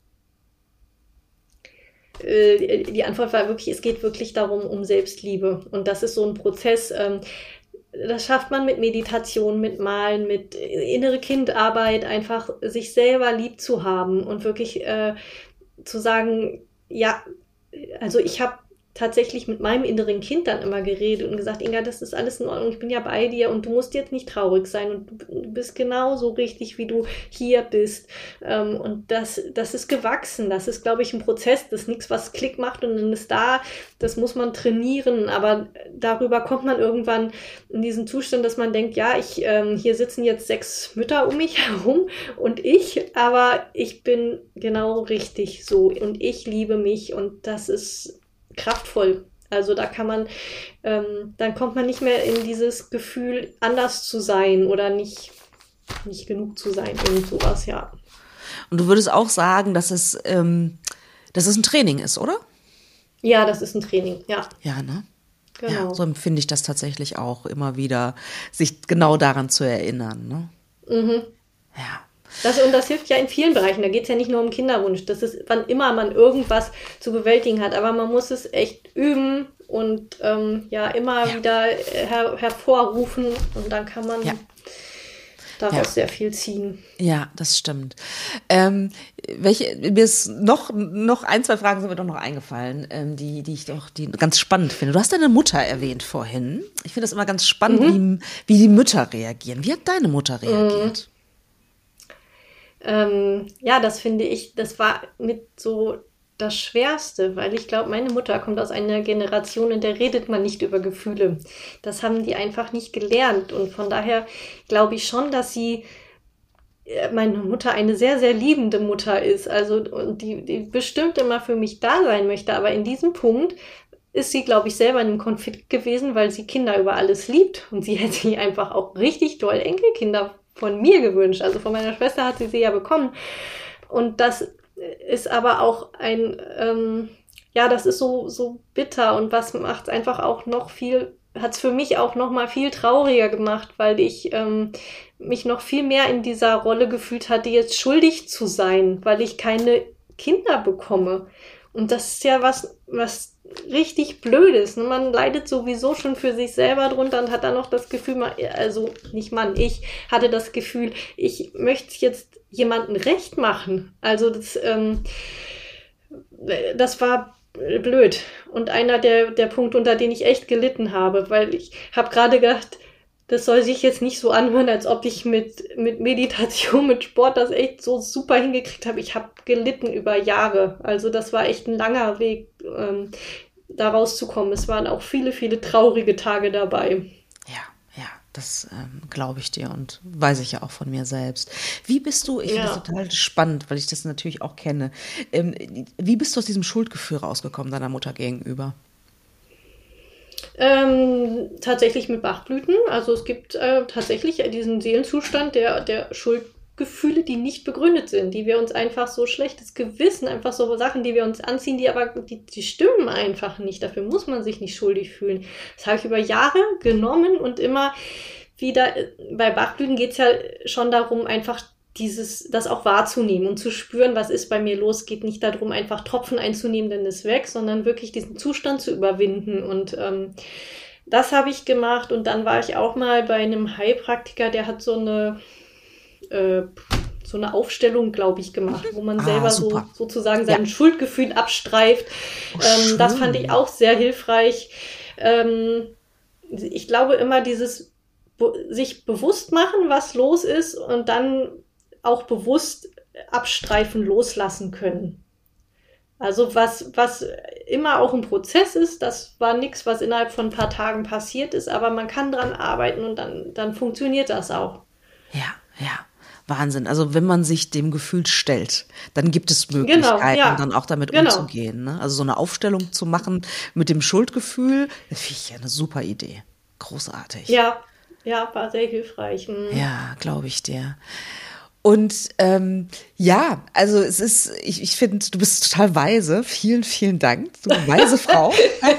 Die Antwort war wirklich, es geht wirklich darum, um Selbstliebe. Und das ist so ein Prozess, ähm, das schafft man mit Meditation, mit Malen, mit innere Kindarbeit, einfach sich selber lieb zu haben und wirklich äh, zu sagen, ja, also ich habe tatsächlich mit meinem inneren Kind dann immer geredet und gesagt, Inga, das ist alles in Ordnung, ich bin ja bei dir und du musst jetzt nicht traurig sein und du bist genauso richtig, wie du hier bist. Und das, das ist gewachsen, das ist, glaube ich, ein Prozess, das ist nichts, was Klick macht und dann ist da, das muss man trainieren, aber darüber kommt man irgendwann in diesen Zustand, dass man denkt, ja, ich, ähm, hier sitzen jetzt sechs Mütter um mich herum und ich, aber ich bin genau richtig so und ich liebe mich und das ist kraftvoll. Also da kann man, ähm, dann kommt man nicht mehr in dieses Gefühl, anders zu sein oder nicht, nicht genug zu sein, irgend sowas, ja. Und du würdest auch sagen, dass es, ähm, dass es ein Training ist, oder? Ja, das ist ein Training, ja. Ja, ne? Genau. Ja, so empfinde ich das tatsächlich auch, immer wieder sich genau daran zu erinnern, ne? Mhm. Ja. Das, und das hilft ja in vielen Bereichen. Da geht es ja nicht nur um Kinderwunsch. Das ist, wann immer man irgendwas zu bewältigen hat. Aber man muss es echt üben und ähm, ja immer ja. wieder her- hervorrufen. Und dann kann man ja. daraus ja. sehr viel ziehen. Ja, das stimmt. Ähm, welche, mir ist noch, noch ein, zwei Fragen sind mir doch noch eingefallen, ähm, die, die ich doch die ganz spannend finde. Du hast deine Mutter erwähnt vorhin. Ich finde das immer ganz spannend, mhm. wie, wie die Mütter reagieren. Wie hat deine Mutter reagiert? Mhm. ähm, ja, das finde ich, das war mit so das Schwerste, weil ich glaube, meine Mutter kommt aus einer Generation, in der redet man nicht über Gefühle. Das haben die einfach nicht gelernt und von daher glaube ich schon, dass sie meine Mutter eine sehr, sehr liebende Mutter ist, also und die, die bestimmt immer für mich da sein möchte, aber in diesem Punkt ist sie, glaube ich, selber in einem Konflikt gewesen, weil sie Kinder über alles liebt und sie hätte sich einfach auch richtig doll Enkelkinder von mir gewünscht, also von meiner Schwester hat sie sie ja bekommen und das ist aber auch ein, ähm, ja, das ist so, so bitter und was macht es einfach auch noch viel, hat es für mich auch noch mal viel trauriger gemacht, weil ich ähm, mich noch viel mehr in dieser Rolle gefühlt hatte, jetzt schuldig zu sein, weil ich keine Kinder bekomme. Und das ist ja was, was richtig Blödes. Ne? Man leidet sowieso schon für sich selber drunter und hat dann noch das Gefühl, man, also nicht man, ich hatte das Gefühl, ich möchte jetzt jemandem recht machen. Also das, ähm, das war blöd. Und einer der, der Punkte, unter denen ich echt gelitten habe, weil ich habe gerade gedacht, das soll sich jetzt nicht so anhören, als ob ich mit, mit Meditation, mit Sport das echt so super hingekriegt habe. Ich habe gelitten über Jahre. Also das war echt ein langer Weg, ähm, da rauszukommen. Es waren auch viele, viele traurige Tage dabei. Ja, ja, das ähm, glaube ich dir und weiß ich ja auch von mir selbst. Wie bist du, ich finde Ja. das total spannend, weil ich das natürlich auch kenne, ähm, wie bist du aus diesem Schuldgefühl rausgekommen deiner Mutter gegenüber? Ähm, tatsächlich mit Bachblüten. Also es gibt äh, tatsächlich diesen Seelenzustand der, der Schuldgefühle, die nicht begründet sind, die wir uns einfach so schlechtes Gewissen, einfach so Sachen, die wir uns anziehen, die aber, die, die stimmen einfach nicht. Dafür muss man sich nicht schuldig fühlen. Das habe ich über Jahre genommen und immer wieder, bei Bachblüten geht es ja schon darum, einfach dieses, das auch wahrzunehmen und zu spüren, was ist bei mir los, geht nicht darum, einfach Tropfen einzunehmen, dann ist weg, sondern wirklich diesen Zustand zu überwinden und ähm, das habe ich gemacht und dann war ich auch mal bei einem Heilpraktiker, der hat so eine äh, so eine Aufstellung, glaube ich, gemacht, wo man Ah, selber so super. sozusagen sein Ja. Schuldgefühl abstreift. Oh, ähm, das schön. fand ich auch sehr hilfreich. Ähm, ich glaube immer dieses be- sich bewusst machen, was los ist und dann auch bewusst abstreifen, loslassen können. Also was, was immer auch ein Prozess ist, das war nichts, was innerhalb von ein paar Tagen passiert ist, aber man kann dran arbeiten und dann, dann funktioniert das auch. Ja, ja. Wahnsinn. Also wenn man sich dem Gefühl stellt, dann gibt es Möglichkeiten, Genau, ja. dann auch damit Genau. umzugehen. Ne? Also so eine Aufstellung zu machen mit dem Schuldgefühl, das finde ich ja eine super Idee. Großartig. Ja, ja, war sehr hilfreich. Mhm. Ja, glaube ich dir. Und ähm, ja, also es ist, ich, ich finde, du bist total weise. Vielen, vielen Dank. Du weise Frau.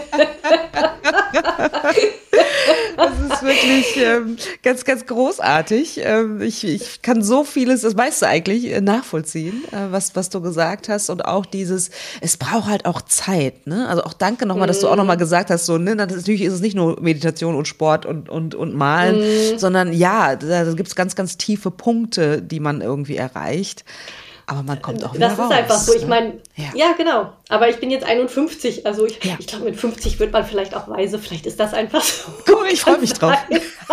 Das ist wirklich ähm, ganz, ganz großartig. Ähm, ich, ich kann so vieles, das meiste eigentlich, äh, nachvollziehen, äh, was, was du gesagt hast. Und auch dieses, es braucht halt auch Zeit. Ne? Also auch danke nochmal, dass du auch nochmal gesagt hast, so, ne, natürlich ist es nicht nur Meditation und Sport und, und, und Malen, Mhm. sondern ja, da, da gibt es ganz, ganz tiefe Punkte, die man irgendwie erreicht. Aber man kommt auch wieder Das raus. ist einfach so. Ich ne? meine, Ja. ja. genau. Aber ich bin jetzt einundfünfzig. Also ich, Ja. ich glaube, mit fünfzig wird man vielleicht auch weise. Vielleicht ist das einfach so. Cool, ich freue mich drauf.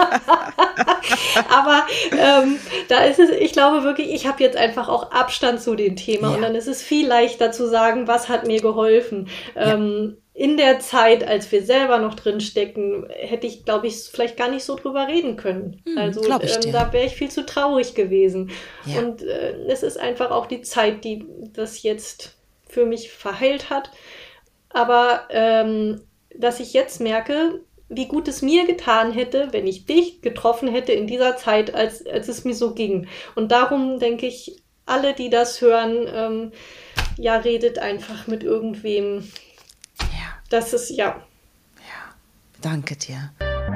Aber ähm, da ist es, ich glaube wirklich, ich habe jetzt einfach auch Abstand zu dem Thema. Ja. Und dann ist es viel leichter zu sagen, was hat mir geholfen. Ähm, in der Zeit, als wir selber noch drin stecken, hätte ich, glaube ich, vielleicht gar nicht so drüber reden können. Hm, also glaub ich dir. ähm, da wäre ich viel zu traurig gewesen. Ja. Und äh, es ist einfach auch die Zeit, die das jetzt für mich verheilt hat. Aber ähm, dass ich jetzt merke, wie gut es mir getan hätte, wenn ich dich getroffen hätte in dieser Zeit, als, als es mir so ging. Und darum denke ich, alle, die das hören, ähm, ja, redet einfach mit irgendwem. Ja, Das ist, ja. ja. Danke dir.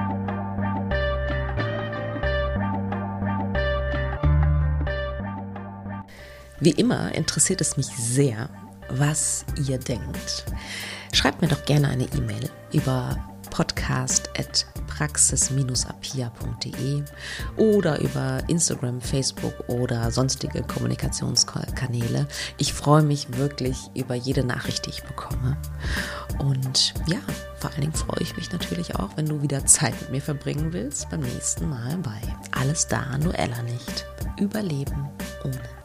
Wie immer interessiert es mich sehr, was ihr denkt. Schreibt mir doch gerne eine E-Mail über podcast at praxis dash apia punkt de oder über Instagram, Facebook oder sonstige Kommunikationskanäle. Ich freue mich wirklich über jede Nachricht, die ich bekomme. Und ja, vor allen Dingen freue ich mich natürlich auch, wenn du wieder Zeit mit mir verbringen willst, beim nächsten Mal bei Alles da, nur Ella nicht. Überleben ohne